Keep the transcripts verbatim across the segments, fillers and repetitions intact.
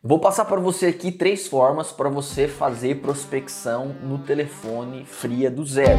Vou passar para você aqui três formas para você fazer prospecção no telefone fria do zero.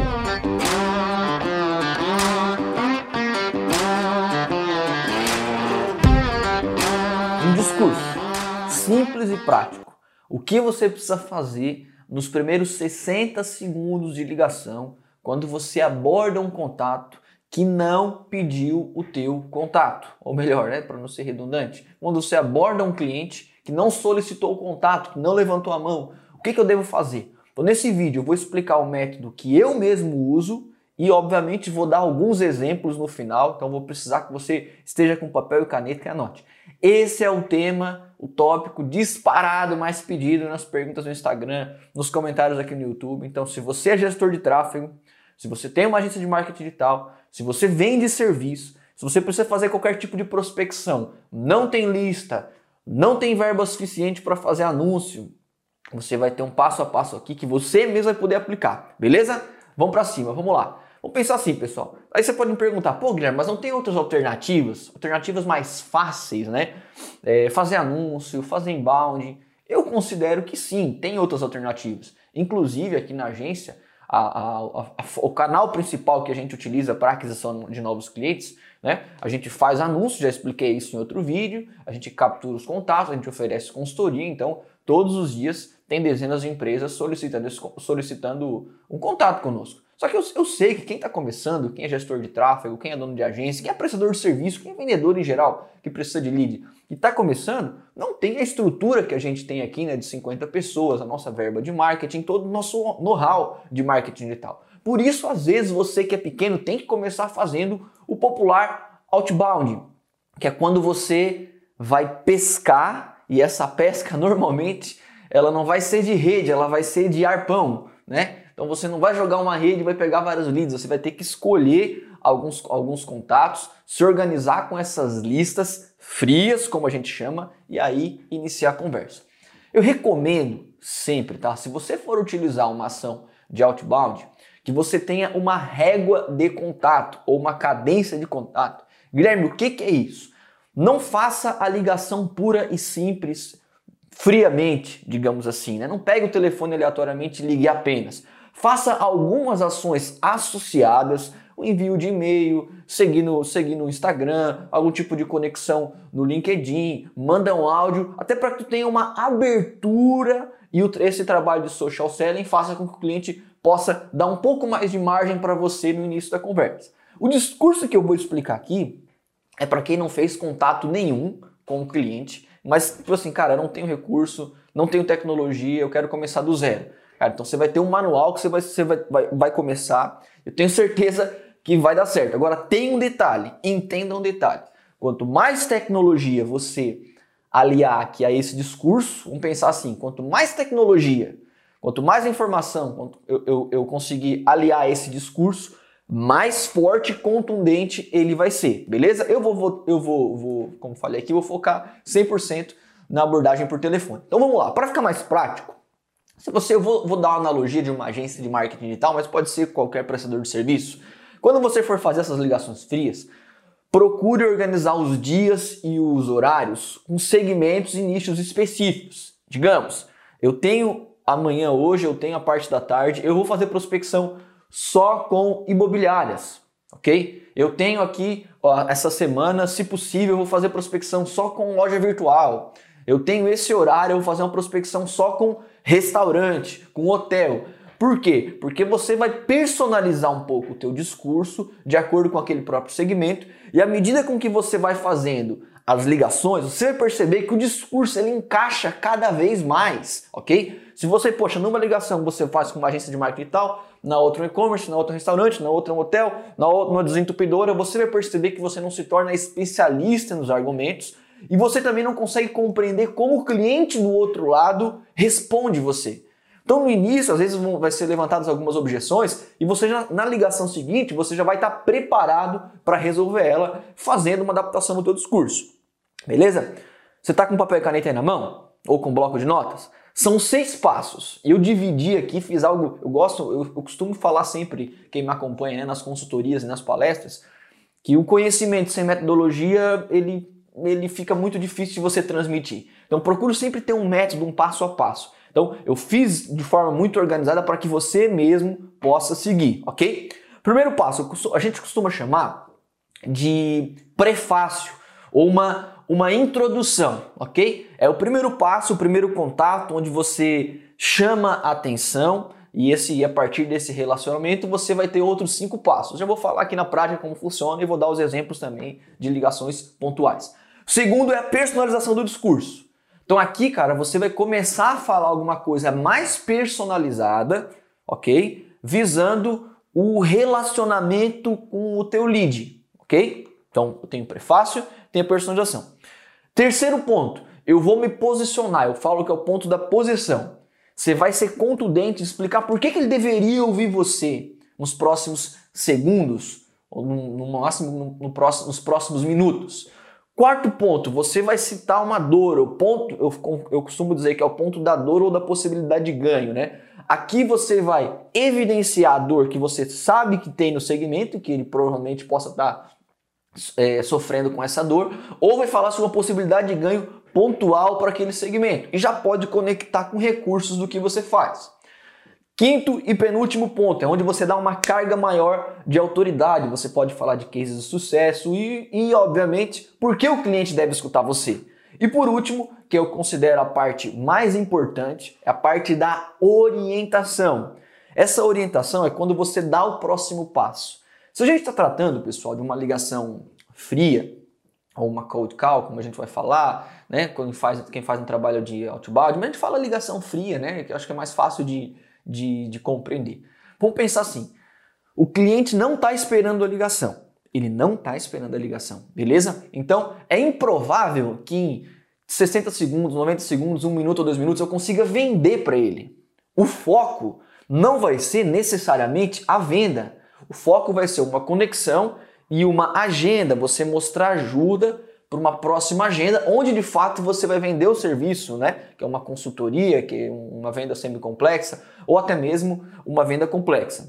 Um discurso simples e prático. O que você precisa fazer nos primeiros sessenta segundos de ligação quando você aborda um contato que não pediu o teu contato? Ou melhor, né, para não ser redundante, quando você aborda um cliente que não solicitou o contato, que não levantou a mão, o que, que eu devo fazer? Então, nesse vídeo eu vou explicar o método que eu mesmo uso e, obviamente, vou dar alguns exemplos no final, então vou precisar que você esteja com papel e caneta e anote. Esse é o tema, o tópico disparado mais pedido nas perguntas no Instagram, nos comentários aqui no YouTube. Então, se você é gestor de tráfego, se você tem uma agência de marketing digital, se você vende serviço, se você precisa fazer qualquer tipo de prospecção, não tem lista, não tem verba suficiente para fazer anúncio, você vai ter um passo a passo aqui que você mesmo vai poder aplicar, beleza? Vamos para cima, vamos lá. Vamos pensar assim, pessoal. Aí você pode me perguntar, pô, Guilherme, mas não tem outras alternativas? Alternativas mais fáceis, né? É, fazer anúncio, fazer inbound. Eu considero que sim, tem outras alternativas. Inclusive, aqui na agência, a, a, a, a, o canal principal que a gente utiliza para aquisição de novos clientes, né? A gente faz anúncio, já expliquei isso em outro vídeo, a gente captura os contatos, a gente oferece consultoria, então todos os dias tem dezenas de empresas solicitando, solicitando um contato conosco. Só que eu, eu sei que quem está começando, quem é gestor de tráfego, quem é dono de agência, quem é prestador de serviço, quem é vendedor em geral, que precisa de lead, e está começando, não tem a estrutura que a gente tem aqui, né, de cinquenta pessoas, a nossa verba de marketing, todo o nosso know-how de marketing digital. Por isso, às vezes, você que é pequeno tem que começar fazendo o popular outbound, que é quando você vai pescar, e essa pesca normalmente ela não vai ser de rede, ela vai ser de arpão, né? Então você não vai jogar uma rede e vai pegar vários leads, você vai ter que escolher alguns, alguns contatos, se organizar com essas listas frias, como a gente chama, e aí iniciar a conversa. Eu recomendo sempre, tá? Se você for utilizar uma ação de outbound, que você tenha uma régua de contato ou uma cadência de contato. Guilherme, o que, que é isso? Não faça a ligação pura e simples, friamente, digamos assim, né? Não pegue o telefone aleatoriamente e ligue apenas. Faça algumas ações associadas, o envio de e-mail, seguir no, seguir no Instagram, algum tipo de conexão no LinkedIn, manda um áudio, até para que tu tenha uma abertura e esse trabalho de social selling faça com que o cliente possa dar um pouco mais de margem para você no início da conversa. O discurso que eu vou explicar aqui é para quem não fez contato nenhum com o cliente, mas tipo assim, cara, eu não tenho recurso, não tenho tecnologia, eu quero começar do zero. Cara, então você vai ter um manual que você, vai, você vai, vai, vai começar, eu tenho certeza que vai dar certo. Agora tem um detalhe, entenda um detalhe. Quanto mais tecnologia você aliar aqui a esse discurso, vamos pensar assim, quanto mais tecnologia, quanto mais informação quanto eu, eu, eu conseguir aliar a esse discurso, mais forte e contundente ele vai ser, beleza? Eu vou, vou, eu vou, vou como falei aqui, vou focar cem por cento na abordagem por telefone. Então vamos lá, para ficar mais prático, se você, eu vou, vou dar uma analogia de uma agência de marketing digital, mas pode ser qualquer prestador de serviço. Quando você for fazer essas ligações frias, procure organizar os dias e os horários com segmentos e nichos específicos. Digamos, eu tenho amanhã, hoje, eu tenho a parte da tarde, eu vou fazer prospecção só com imobiliárias, ok? Eu tenho aqui, ó, essa semana, se possível, eu vou fazer prospecção só com loja virtual. Eu tenho esse horário, eu vou fazer uma prospecção só com restaurante, com hotel. Por quê? Porque você vai personalizar um pouco o teu discurso de acordo com aquele próprio segmento e à medida com que você vai fazendo as ligações, você vai perceber que o discurso ele encaixa cada vez mais, ok? Se você, poxa, numa ligação você faz com uma agência de marketing e tal, na outra um e-commerce, na outra um restaurante, na outra um hotel, na outra uma desentupidora, você vai perceber que você não se torna especialista nos argumentos e você também não consegue compreender como o cliente do outro lado responde você. Então no início, às vezes vão, vai ser levantadas algumas objeções e você já, na ligação seguinte, você já vai estar preparado para resolver ela fazendo uma adaptação no teu discurso. Beleza? Você está com papel e caneta aí na mão? Ou com bloco de notas? São seis passos. E eu dividi aqui, fiz algo, eu gosto, eu, eu costumo falar sempre, quem me acompanha, né, nas consultorias e nas palestras, que o conhecimento sem metodologia, ele ele fica muito difícil de você transmitir. Então procuro sempre ter um método, um passo a passo. Então eu fiz de forma muito organizada para que você mesmo possa seguir, ok? Primeiro passo, a gente costuma chamar de prefácio ou uma, uma introdução, ok? É o primeiro passo, o primeiro contato onde você chama a atenção e esse, a partir desse relacionamento você vai ter outros cinco passos. Já vou falar aqui na prática como funciona e vou dar os exemplos também de ligações pontuais. O segundo é a personalização do discurso. Então aqui, cara, você vai começar a falar alguma coisa mais personalizada, ok? Visando o relacionamento com o teu lead, ok? Então eu tenho prefácio, tenho a personalização. Terceiro ponto, eu vou me posicionar, eu falo que é o ponto da posição. Você vai ser contundente, explicar por que, que ele deveria ouvir você nos próximos segundos, ou no, no máximo no, no próximo, nos próximos minutos. Quarto ponto, você vai citar uma dor, o ponto, eu, eu costumo dizer que é o ponto da dor ou da possibilidade de ganho, né? Aqui você vai evidenciar a dor que você sabe que tem no segmento, que ele provavelmente possa estar é, sofrendo com essa dor, ou vai falar sobre uma possibilidade de ganho pontual para aquele segmento e já pode conectar com recursos do que você faz. Quinto e penúltimo ponto, é onde você dá uma carga maior de autoridade. Você pode falar de cases de sucesso e, e obviamente, por que o cliente deve escutar você. E por último, que eu considero a parte mais importante, é a parte da orientação. Essa orientação é quando você dá o próximo passo. Se a gente está tratando, pessoal, de uma ligação fria, ou uma cold call, como a gente vai falar, né? Quem faz, quem faz um trabalho de outbound, mas a gente fala ligação fria, né? Que eu acho que é mais fácil de, de, de compreender. Vamos pensar assim, o cliente não está esperando a ligação, ele não está esperando a ligação, beleza? Então é improvável que em sessenta segundos, noventa segundos, um minuto ou dois minutos eu consiga vender para ele. O foco não vai ser necessariamente a venda, o foco vai ser uma conexão e uma agenda, você mostrar ajuda para uma próxima agenda, onde de fato você vai vender o serviço, né? Que é uma consultoria, que é uma venda semi-complexa, ou até mesmo uma venda complexa.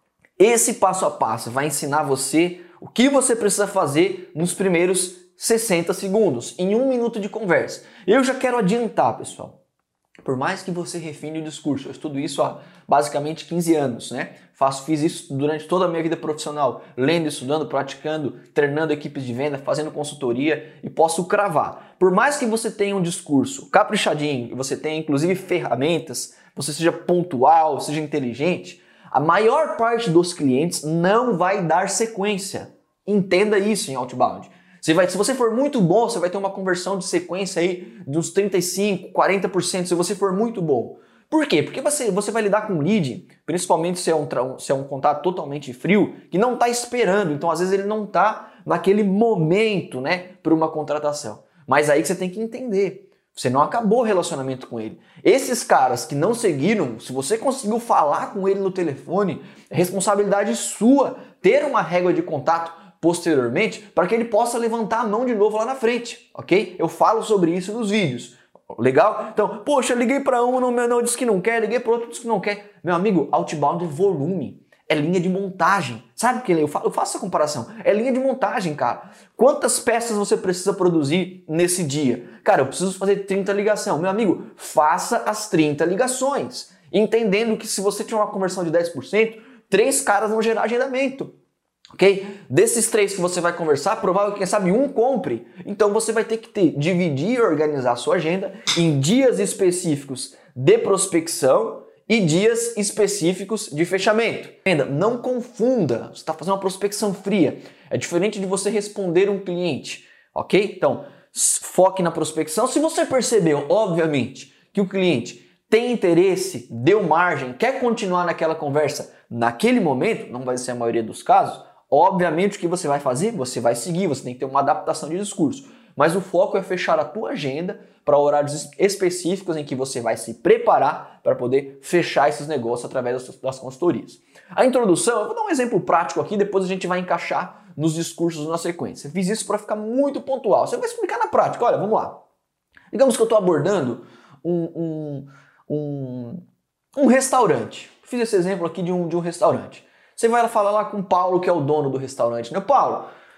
Esse passo a passo vai ensinar você o que você precisa fazer nos primeiros sessenta segundos, em um minuto de conversa. Eu já quero adiantar, pessoal. Por mais que você refine o discurso, eu estudo isso há basicamente quinze anos, né? Faço, fiz isso durante toda a minha vida profissional, lendo, estudando, praticando, treinando equipes de venda, fazendo consultoria e posso cravar. Por mais que você tenha um discurso caprichadinho, você tenha inclusive ferramentas, você seja pontual, seja inteligente, a maior parte dos clientes não vai dar sequência. Entenda isso em outbound. Você vai, se você for muito bom, você vai ter uma conversão de sequência aí de uns trinta e cinco, quarenta por cento se você for muito bom. Por quê? Porque você, você vai lidar com um lead, principalmente se é um, se é um contato totalmente frio, que não está esperando. Então, às vezes, ele não está naquele momento, né, para uma contratação. Mas aí que você tem que entender. Você não acabou o relacionamento com ele. Esses caras que não seguiram, se você conseguiu falar com ele no telefone, é responsabilidade sua ter uma régua de contato posteriormente para que ele possa levantar a mão de novo lá na frente, ok? Eu falo sobre isso nos vídeos. Legal? Então, poxa, liguei para um, não, não disse que não quer, liguei para outro, disse que não quer. Meu amigo, outbound é volume, é linha de montagem. Sabe o que eu faço? Eu faço essa comparação. É linha de montagem, cara. Quantas peças você precisa produzir nesse dia? Cara, eu preciso fazer trinta ligações. Meu amigo, faça as trinta ligações. Entendendo que se você tiver uma conversão de dez por cento, três caras vão gerar agendamento. Ok? Desses três que você vai conversar, provável que quem sabe um compre. Então você vai ter que ter, dividir e organizar a sua agenda em dias específicos de prospecção e dias específicos de fechamento. Ainda não confunda, você está fazendo uma prospecção fria. É diferente de você responder um cliente, ok? Então, foque na prospecção. Se você percebeu, obviamente, que o cliente tem interesse, deu margem, quer continuar naquela conversa naquele momento, não vai ser a maioria dos casos, obviamente o que você vai fazer? Você vai seguir, você tem que ter uma adaptação de discurso. Mas o foco é fechar a tua agenda para horários específicos em que você vai se preparar para poder fechar esses negócios através das consultorias. A introdução, eu vou dar um exemplo prático aqui, depois a gente vai encaixar nos discursos na sequência. Eu fiz isso para ficar muito pontual. Você vai explicar na prática. Olha, vamos lá. Digamos que eu estou abordando um, um, um, um restaurante. Fiz esse exemplo aqui de um, de um restaurante. Você vai falar lá com o Paulo, que é o dono do restaurante, né? Paulo,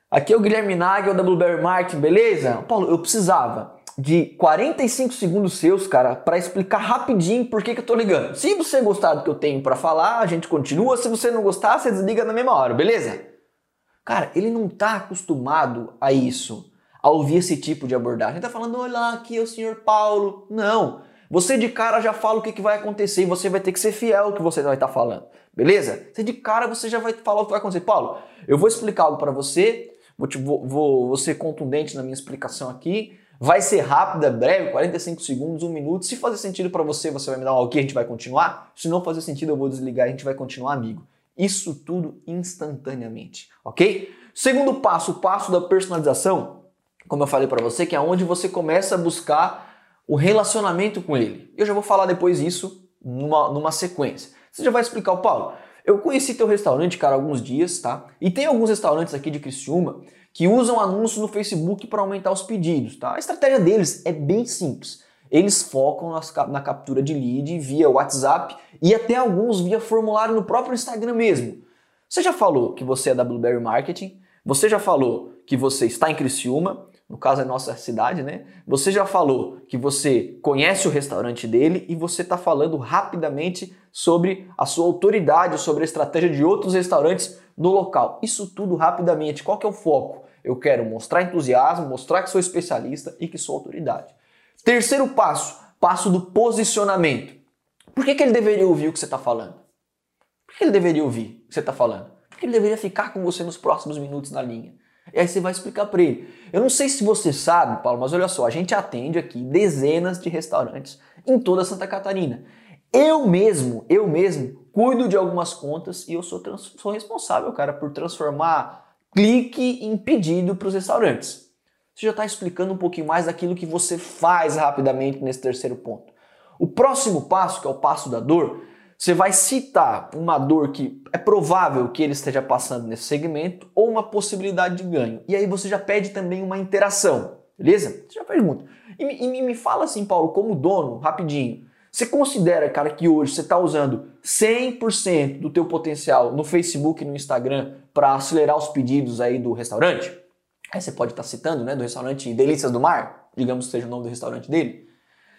Aqui é o Guilherme Nagel da Blueberry Marketing, beleza? Paulo, eu precisava de quarenta e cinco segundos seus, cara, para explicar rapidinho por que, que eu tô ligando. Se você gostar do que eu tenho para falar, a gente continua. Se você não gostar, você desliga na mesma hora, beleza? Cara, ele não tá acostumado a isso, a ouvir esse tipo de abordagem. Ele tá falando, olha, aqui é o senhor Paulo. Não. Você de cara já fala o que, que vai acontecer e você vai ter que ser fiel ao que você vai estar falando, beleza? Você de cara você já vai falar o que vai acontecer. Paulo, eu vou explicar algo para você, vou, te, vou, vou, vou ser contundente na minha explicação aqui, vai ser rápida, breve, quarenta e cinco segundos, um minuto. Se fazer sentido para você, você vai me dar um ok, a gente vai continuar. Se não fazer sentido, eu vou desligar e a gente vai continuar, amigo. Isso tudo instantaneamente, ok? Segundo passo, o passo da personalização, como eu falei para você, que é onde você começa a buscar o relacionamento com ele. Eu já vou falar depois isso numa, numa sequência. Você já vai explicar, o Paulo, eu conheci teu restaurante, cara, há alguns dias, tá? E tem alguns restaurantes aqui de Criciúma que usam anúncios no Facebook para aumentar os pedidos, tá? A estratégia deles é bem simples. Eles focam nas, na captura de lead via WhatsApp e até alguns via formulário no próprio Instagram mesmo. Você já falou que você é da Blueberry Marketing, você já falou que você está em Criciúma, no caso é nossa cidade, né? Você já falou que você conhece o restaurante dele e você está falando rapidamente sobre a sua autoridade, sobre a estratégia de outros restaurantes no local. Isso tudo rapidamente. Qual que é o foco? Eu quero mostrar entusiasmo, mostrar que sou especialista e que sou autoridade. Terceiro passo, passo do posicionamento. Por que, que ele deveria ouvir o que você está falando? Por que ele deveria ouvir o que você está falando? Porque ele deveria ficar com você nos próximos minutos na linha. E aí você vai explicar para ele. Eu não sei se você sabe, Paulo, mas olha só, a gente atende aqui dezenas de restaurantes em toda Santa Catarina. Eu mesmo, eu mesmo, cuido de algumas contas e eu sou, trans, sou responsável, cara, por transformar clique em pedido para os restaurantes. Você já está explicando um pouquinho mais daquilo que você faz rapidamente nesse terceiro ponto. O próximo passo, que é o passo da dor, você vai citar uma dor que é provável que ele esteja passando nesse segmento ou uma possibilidade de ganho. E aí você já pede também uma interação, beleza? Você já pergunta. E me, e me fala assim, Paulo, como dono, rapidinho, você considera, cara, que hoje você está usando cem por cento do teu potencial no Facebook e no Instagram para acelerar os pedidos aí do restaurante? Aí você pode estar citando, né, do restaurante Delícias do Mar, digamos que seja o nome do restaurante dele.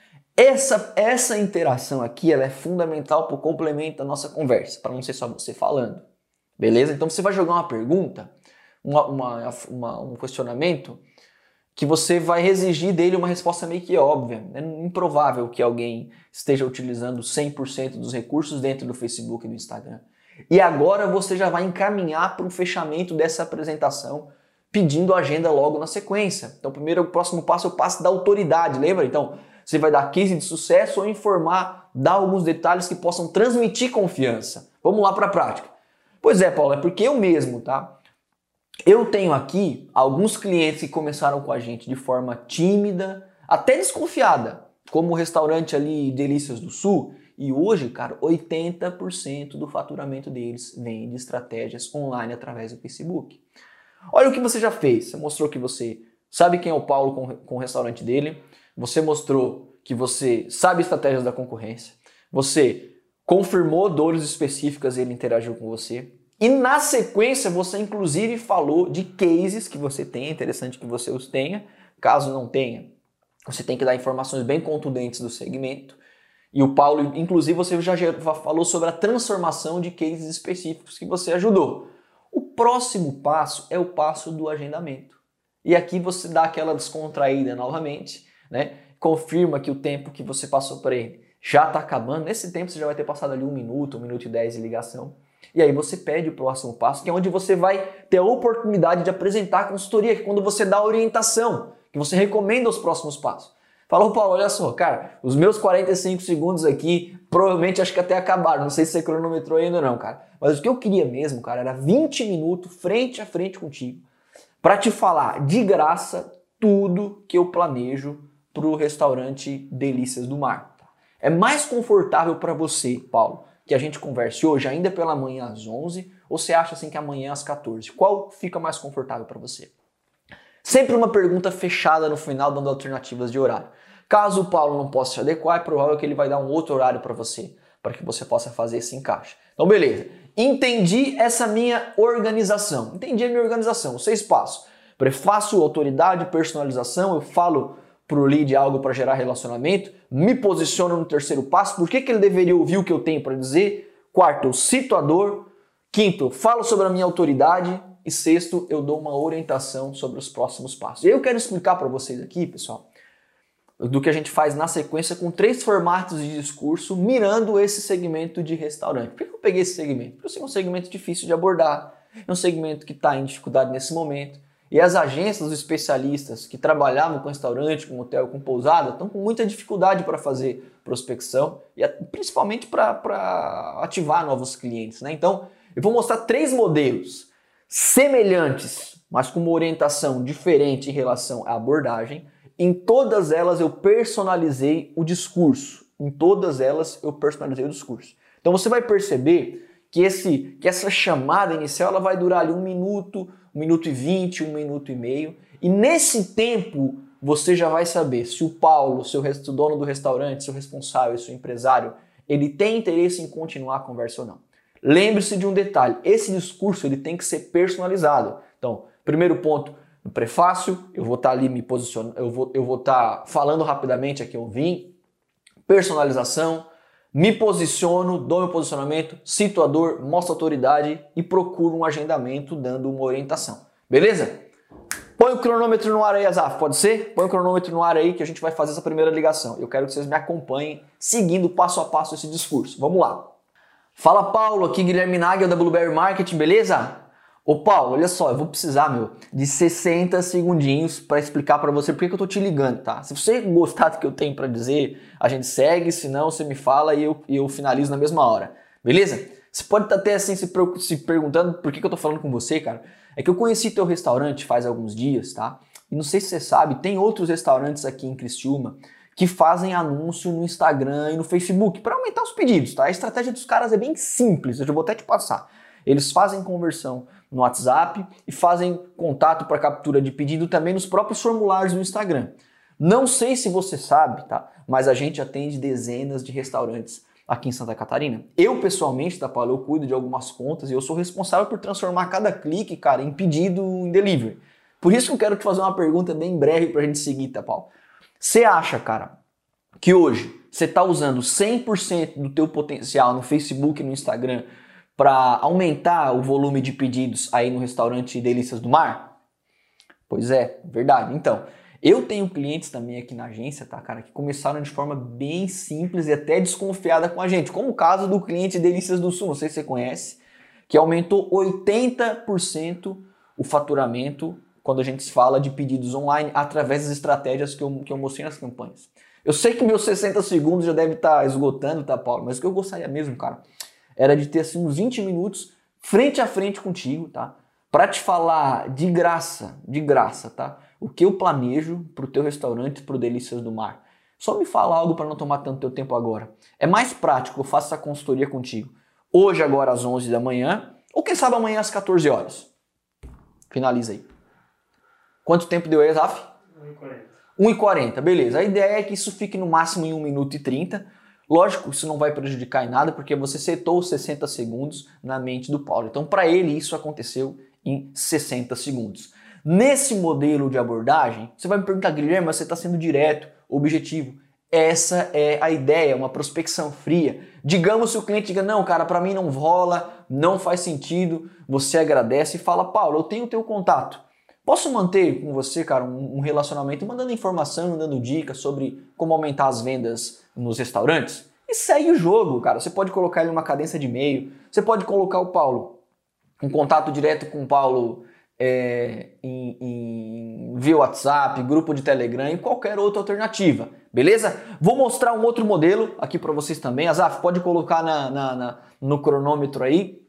Essa, essa interação aqui ela é fundamental para o complemento da nossa conversa, para não ser só você falando, beleza? Então você vai jogar uma pergunta, uma, uma, uma, um questionamento, que você vai exigir dele uma resposta meio que óbvia. É improvável que alguém esteja utilizando cem por cento dos recursos dentro do Facebook e do Instagram. E agora você já vai encaminhar para o fechamento dessa apresentação, pedindo agenda logo na sequência. Então primeiro, o próximo passo é o passo da autoridade, lembra? Então, você vai dar case de sucesso ou informar, dar alguns detalhes que possam transmitir confiança. Vamos lá para a prática. Pois é, Paulo, é porque eu mesmo, tá? Eu tenho aqui alguns clientes que começaram com a gente de forma tímida, até desconfiada, como o restaurante ali Delícias do Sul. E hoje, cara, oitenta por cento do faturamento deles vem de estratégias online através do Facebook. Olha o que você já fez. Você mostrou que você sabe quem é o Paulo com, com o restaurante dele. Você mostrou que você sabe estratégias da concorrência, você confirmou dores específicas e ele interagiu com você. E na sequência você inclusive falou de cases que você tem, é interessante que você os tenha. Caso não tenha, você tem que dar informações bem contundentes do segmento. E o Paulo, inclusive, você já falou sobre a transformação de cases específicos que você ajudou. O próximo passo é o passo do agendamento. E aqui você dá aquela descontraída novamente, né? Confirma que o tempo que você passou para ele já está acabando. Nesse tempo você já vai ter passado ali um minuto, um minuto e dez de ligação. E aí você pede o próximo passo, que é onde você vai ter a oportunidade de apresentar a consultoria, que é quando você dá a orientação, que você recomenda os próximos passos. Falou, Paulo, olha só, cara, os meus quarenta e cinco segundos aqui, provavelmente acho que até acabaram. Não sei se você cronometrou ainda ou não, cara. Mas o que eu queria mesmo, cara, era vinte minutos frente a frente contigo, para te falar de graça tudo que eu planejo para o restaurante Delícias do Mar. É mais confortável para você, Paulo, que a gente converse hoje ainda pela manhã às onze, ou você acha assim que amanhã às quatorze? Qual fica mais confortável para você? Sempre uma pergunta fechada no final, dando alternativas de horário. Caso o Paulo não possa se adequar, é provável que ele vai dar um outro horário para você, para que você possa fazer esse encaixe. Então beleza, Entendi essa minha organização. Entendi a minha organização. Os seis passos. Prefácio, autoridade, personalização. Eu falo pro lead algo para gerar relacionamento. Me posiciono no terceiro passo. Por que que ele deveria ouvir o que eu tenho para dizer? Quarto, eu cito a dor. Quinto, eu falo sobre a minha autoridade. E sexto, eu dou uma orientação sobre os próximos passos. E eu quero explicar para vocês aqui, pessoal, do que a gente faz na sequência com três formatos de discurso mirando esse segmento de restaurante. Por que eu peguei esse segmento? Porque é um segmento difícil de abordar, é um segmento que está em dificuldade nesse momento. E as agências, os especialistas que trabalhavam com restaurante, com hotel, com pousada, estão com muita dificuldade para fazer prospecção e principalmente para ativar novos clientes, né? Então, eu vou mostrar três modelos semelhantes, mas com uma orientação diferente em relação à abordagem. Em todas elas eu personalizei o discurso. Em todas elas eu personalizei o discurso. Então você vai perceber que, esse, que essa chamada inicial ela vai durar ali um minuto, um minuto e vinte, um minuto e meio. E nesse tempo você já vai saber se o Paulo, seu dono do restaurante, seu responsável, seu empresário, ele tem interesse em continuar a conversa ou não. Lembre-se de um detalhe, esse discurso ele tem que ser personalizado. Então, primeiro ponto, no prefácio, eu vou estar ali me posicionando, eu vou eu vou estar falando rapidamente aqui eu vim, personalização, me posiciono, dou meu posicionamento, cito a dor, mostro autoridade e procuro um agendamento dando uma orientação. Beleza? Põe o cronômetro no ar aí, Azaf, pode ser? Põe o cronômetro no ar aí que a gente vai fazer essa primeira ligação. Eu quero que vocês me acompanhem seguindo passo a passo esse discurso. Vamos lá. Fala, Paulo, aqui Guilherme Nagel da Blueberry Marketing, beleza? Ô Paulo, olha só, eu vou precisar, meu, de sessenta segundinhos para explicar para você por que eu tô te ligando, tá? Se você gostar do que eu tenho para dizer, a gente segue, se não, você me fala e eu, eu finalizo na mesma hora, beleza? Você pode estar até assim se, se perguntando por que eu tô falando com você, cara. É que eu conheci teu restaurante faz alguns dias, tá? E não sei se você sabe, tem outros restaurantes aqui em Criciúma que fazem anúncio no Instagram e no Facebook para aumentar os pedidos, tá? A estratégia dos caras é bem simples, eu já vou até te passar. Eles fazem conversão no WhatsApp e fazem contato para captura de pedido também nos próprios formulários do Instagram. Não sei se você sabe, tá? Mas a gente atende dezenas de restaurantes aqui em Santa Catarina. Eu, pessoalmente, tá, Paulo, eu cuido de algumas contas e eu sou responsável por transformar cada clique, cara, em pedido em delivery. Por isso que eu quero te fazer uma pergunta bem breve pra gente seguir, tá, Paulo? Você acha, cara, que hoje você está usando cem por cento do teu potencial no Facebook e no Instagram para aumentar o volume de pedidos aí no restaurante Delícias do Mar? Pois é, verdade. Então, eu tenho clientes também aqui na agência, tá, cara, que começaram de forma bem simples e até desconfiada com a gente, como o caso do cliente Delícias do Sul, não sei se você conhece, que aumentou oitenta por cento o faturamento quando a gente fala de pedidos online através das estratégias que eu, que eu mostrei nas campanhas. Eu sei que meus sessenta segundos já deve estar esgotando, tá, Paulo? Mas o que eu gostaria mesmo, cara, era de ter assim uns vinte minutos frente a frente contigo, tá? Para te falar de graça, de graça, tá? O que eu planejo pro teu restaurante, pro Delícias do Mar. Só me fala algo para não tomar tanto teu tempo agora. É mais prático, eu faço essa consultoria contigo. Hoje, agora às onze da manhã, ou quem sabe amanhã às quatorze horas. Finaliza aí. Quanto tempo deu aí, Azaf? um e quarenta. um e quarenta, beleza. A ideia é que isso fique no máximo em um minuto e trinta. Lógico, isso não vai prejudicar em nada, porque você setou os sessenta segundos na mente do Paulo. Então, para ele, isso aconteceu em sessenta segundos. Nesse modelo de abordagem, você vai me perguntar, Guilherme, mas você está sendo direto, objetivo. Essa é a ideia, uma prospecção fria. Digamos se o cliente diga, não, cara, para mim não rola, não faz sentido, você agradece e fala, Paulo, eu tenho o teu contato. Posso manter com você, cara, um relacionamento mandando informação, dando dicas sobre como aumentar as vendas nos restaurantes? E segue o jogo, cara. Você pode colocar ele numa cadência de e-mail, você pode colocar o Paulo, um contato direto com o Paulo é, em, em, via WhatsApp, grupo de Telegram e qualquer outra alternativa, beleza? Vou mostrar um outro modelo aqui para vocês também. Azaf, pode colocar na, na, na, no cronômetro aí.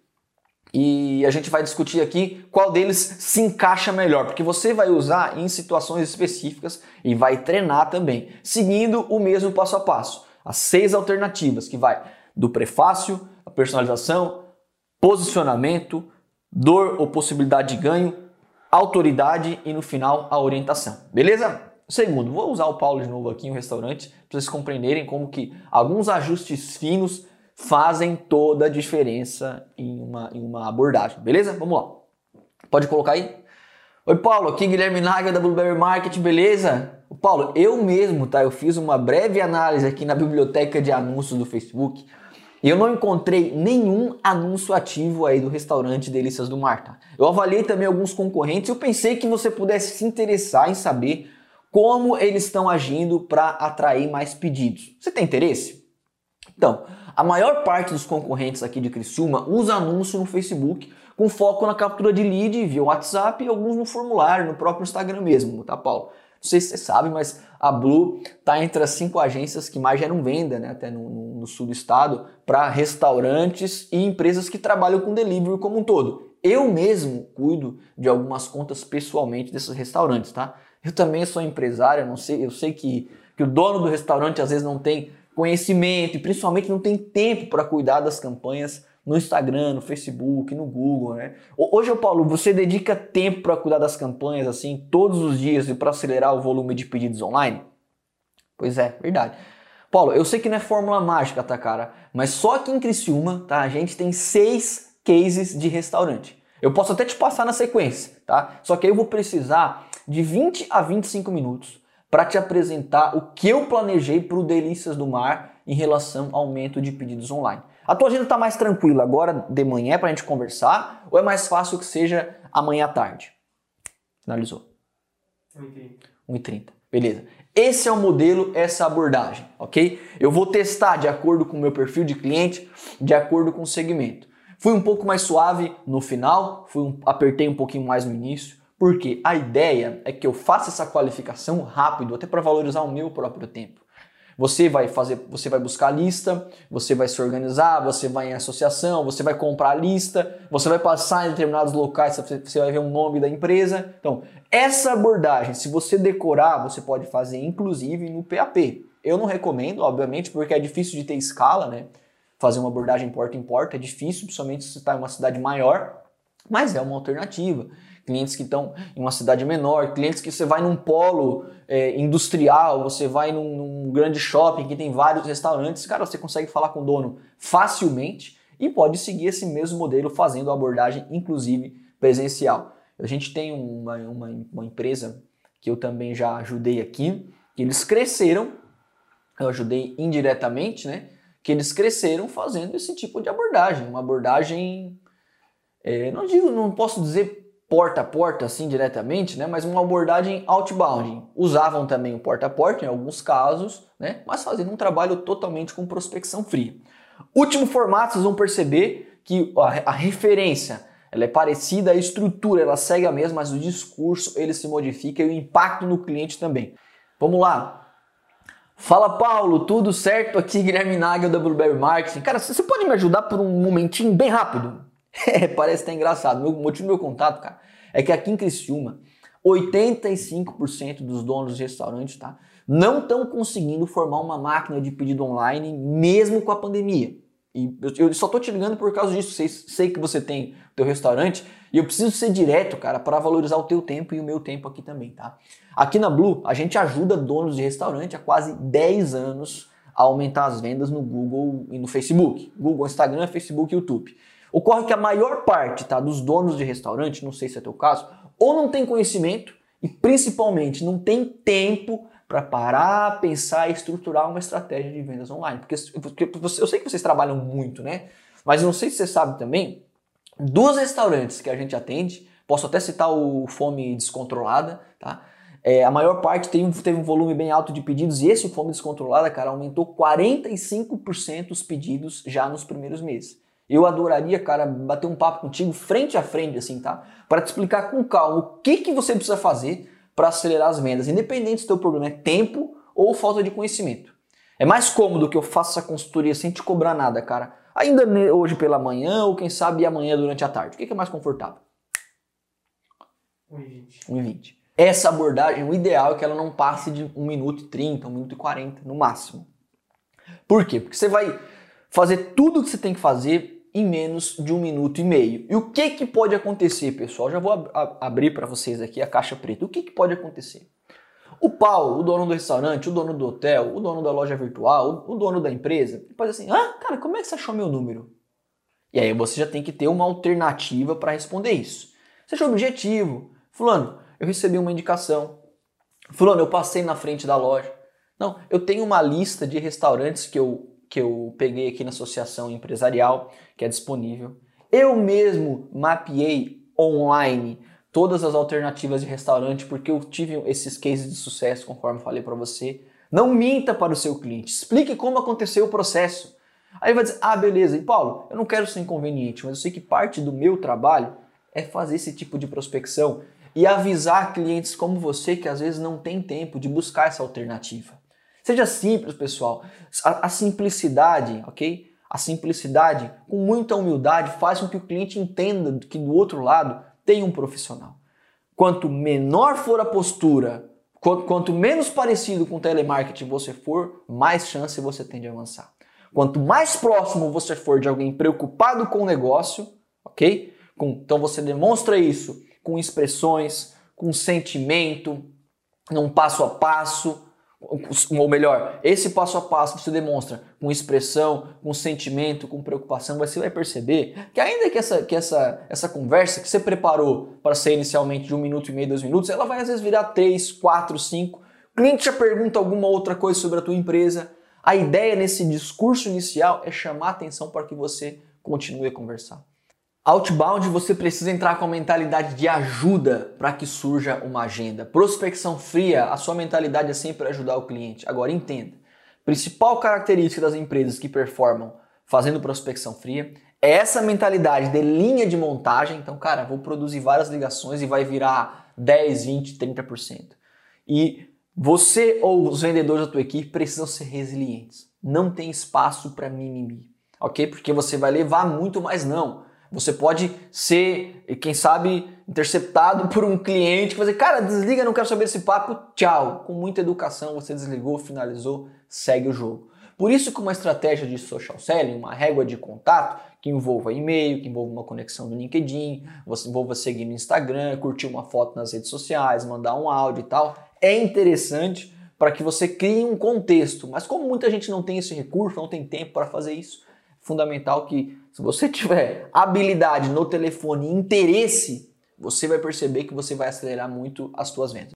E a gente vai discutir aqui qual deles se encaixa melhor, porque você vai usar em situações específicas e vai treinar também, seguindo o mesmo passo a passo. As seis alternativas, que vai do prefácio, a personalização, posicionamento, dor ou possibilidade de ganho, autoridade e no final a orientação. Beleza? Segundo, vou usar o Paulo de novo aqui em um restaurante para vocês compreenderem como que alguns ajustes finos fazem toda a diferença em uma, em uma abordagem, beleza? Vamos lá. Pode colocar aí? Oi, Paulo, aqui Guilherme Naga da Blueberry Marketing, beleza? Paulo, eu mesmo, tá? Eu fiz uma breve análise aqui na biblioteca de anúncios do Facebook e eu não encontrei nenhum anúncio ativo aí do restaurante Delícias do Mar, tá? Eu avaliei também alguns concorrentes e eu pensei que você pudesse se interessar em saber como eles estão agindo para atrair mais pedidos. Você tem interesse? Então, a maior parte dos concorrentes aqui de Criciúma usa anúncio no Facebook com foco na captura de lead via WhatsApp e alguns no formulário, no próprio Instagram mesmo, tá, Paulo? Não sei se você sabe, mas a Blue está entre as cinco agências que mais geram venda, né, até no, no, no sul do estado, para restaurantes e empresas que trabalham com delivery como um todo. Eu mesmo cuido de algumas contas pessoalmente desses restaurantes, tá? Eu também sou empresário, eu não sei, eu sei que, que o dono do restaurante às vezes não tem conhecimento e principalmente não tem tempo para cuidar das campanhas no Instagram, no Facebook, no Google, né? Hoje, Paulo, você dedica tempo para cuidar das campanhas assim todos os dias e para acelerar o volume de pedidos online? Pois é, verdade. Paulo, eu sei que não é fórmula mágica, tá, cara? Mas só aqui em Criciúma, tá, a gente tem seis cases de restaurante. Eu posso até te passar na sequência, tá? Só que aí eu vou precisar de vinte a vinte e cinco minutos para te apresentar o que eu planejei para o Delícias do Mar em relação ao aumento de pedidos online. A tua agenda está mais tranquila agora de manhã para a gente conversar ou é mais fácil que seja amanhã à tarde? Finalizou. um e trinta. Beleza. Esse é o modelo, essa abordagem, ok? Eu vou testar de acordo com o meu perfil de cliente, de acordo com o segmento. Fui um pouco mais suave no final, fui um, apertei um pouquinho mais no início, porque a ideia é que eu faça essa qualificação rápido, até para valorizar o meu próprio tempo. Você vai fazer, você vai buscar a lista, você vai se organizar, você vai em associação, você vai comprar a lista, você vai passar em determinados locais, você vai ver o nome da empresa. Então, essa abordagem, se você decorar, você pode fazer inclusive no P A P. Eu não recomendo, obviamente, porque é difícil de ter escala, né? Fazer uma abordagem porta em porta é difícil, principalmente se você está em uma cidade maior, mas é uma alternativa. Clientes que estão em uma cidade menor, clientes que você vai num polo é, industrial, você vai num, num grande shopping que tem vários restaurantes, cara, você consegue falar com o dono facilmente e pode seguir esse mesmo modelo fazendo a abordagem, inclusive presencial. A gente tem uma, uma, uma empresa que eu também já ajudei aqui, que eles cresceram, eu ajudei indiretamente, né? Que eles cresceram fazendo esse tipo de abordagem, uma abordagem, é, não digo, não posso dizer porta a porta assim diretamente, né, mas uma abordagem outbound. Usavam também o porta a porta em alguns casos, né, mas fazendo um trabalho totalmente com prospecção fria. Último formato, vocês vão perceber que a, a referência ela é parecida, a estrutura ela segue a mesma, mas o discurso ele se modifica e o impacto no cliente também. Vamos lá. Fala, Paulo, tudo certo? Aqui Guilherme Nagel da Blueberry Marketing. Cara, você pode me ajudar por um momentinho bem rápido? É, parece até engraçado. O motivo do meu contato, cara, é que aqui em Criciúma, oitenta e cinco por cento dos donos de restaurantes, tá, não estão conseguindo formar uma máquina de pedido online mesmo com a pandemia. E eu, eu só tô te ligando por causa disso. Sei, sei que você tem o teu restaurante e eu preciso ser direto, cara, para valorizar o teu tempo e o meu tempo aqui também, tá? Aqui na Blue, a gente ajuda donos de restaurante há quase dez anos a aumentar as vendas no Google e no Facebook. Google, Instagram, Facebook e YouTube. Ocorre que a maior parte, tá, dos donos de restaurante, não sei se é teu caso, ou não tem conhecimento e principalmente não tem tempo para parar, pensar e estruturar uma estratégia de vendas online. Porque, porque eu sei que vocês trabalham muito, né? Mas não sei se você sabe também, dos restaurantes que a gente atende, posso até citar o Fome Descontrolada, tá? É, a maior parte tem, teve um volume bem alto de pedidos e esse Fome Descontrolada, cara, aumentou quarenta e cinco por cento os pedidos já nos primeiros meses. Eu adoraria, cara, bater um papo contigo frente a frente, assim, tá? Para te explicar com calma o que, que você precisa fazer para acelerar as vendas, independente se o teu problema é tempo ou falta de conhecimento. É mais cômodo que eu faça essa consultoria sem te cobrar nada, cara. Ainda hoje pela manhã ou quem sabe amanhã durante a tarde. O que, que é mais confortável? um e vinte. um e vinte. Essa abordagem, o ideal é que ela não passe de um minuto e trinta, um minuto e quarenta no máximo. Por quê? Porque você vai fazer tudo o que você tem que fazer em menos de um minuto e meio. E o que, que pode acontecer, pessoal? Já vou ab- ab- abrir para vocês aqui a caixa preta. O que, que pode acontecer? O Paulo, o dono do restaurante, o dono do hotel, o dono da loja virtual, o dono da empresa, pode assim, ah, cara, como é que você achou meu número? E aí você já tem que ter uma alternativa para responder isso. Seja objetivo. Fulano, eu recebi uma indicação. Fulano, eu passei na frente da loja. Não, eu tenho uma lista de restaurantes que eu, que eu peguei aqui na associação empresarial, que é disponível. Eu mesmo mapeei online todas as alternativas de restaurante, porque eu tive esses cases de sucesso, conforme falei para você. Não minta para o seu cliente. Explique como aconteceu o processo. Aí vai dizer, ah, beleza, e Paulo, eu não quero ser inconveniente, mas eu sei que parte do meu trabalho é fazer esse tipo de prospecção e avisar clientes como você que às vezes não tem tempo de buscar essa alternativa. Seja simples, pessoal. A, a simplicidade, ok? A simplicidade, com muita humildade, faz com que o cliente entenda que do outro lado tem um profissional. Quanto menor for a postura, quanto, quanto menos parecido com o telemarketing você for, mais chance você tem de avançar. Quanto mais próximo você for de alguém preocupado com o negócio, ok? Com, então você demonstra isso com expressões, com sentimento, num passo a passo, ou melhor, esse passo a passo você demonstra com expressão, com sentimento, com preocupação, você vai perceber que ainda que essa, que essa, essa conversa que você preparou para ser inicialmente de um minuto e meio, dois minutos, ela vai às vezes virar três, quatro, cinco. O cliente já pergunta alguma outra coisa sobre a tua empresa. A ideia nesse discurso inicial é chamar atenção para que você continue a conversar. Outbound, você precisa entrar com a mentalidade de ajuda para que surja uma agenda. Prospecção fria, a sua mentalidade é sempre ajudar o cliente. Agora entenda, principal característica das empresas que performam fazendo prospecção fria é essa mentalidade de linha de montagem. Então, cara, vou produzir várias ligações e vai virar dez, vinte, trinta por cento. E você ou os vendedores da tua equipe precisam ser resilientes. Não tem espaço para mimimi, ok? Porque você vai levar muito mais não. Você pode ser, quem sabe, interceptado por um cliente que vai dizer, cara, desliga, não quero saber desse papo, tchau. Com muita educação, você desligou, finalizou, segue o jogo. Por isso que uma estratégia de social selling, uma régua de contato, que envolva e-mail, que envolva uma conexão no LinkedIn, você envolva seguir no Instagram, curtir uma foto nas redes sociais, mandar um áudio e tal, é interessante para que você crie um contexto. Mas como muita gente não tem esse recurso, não tem tempo para fazer isso, é fundamental que se você tiver habilidade no telefone e interesse, você vai perceber que você vai acelerar muito as suas vendas.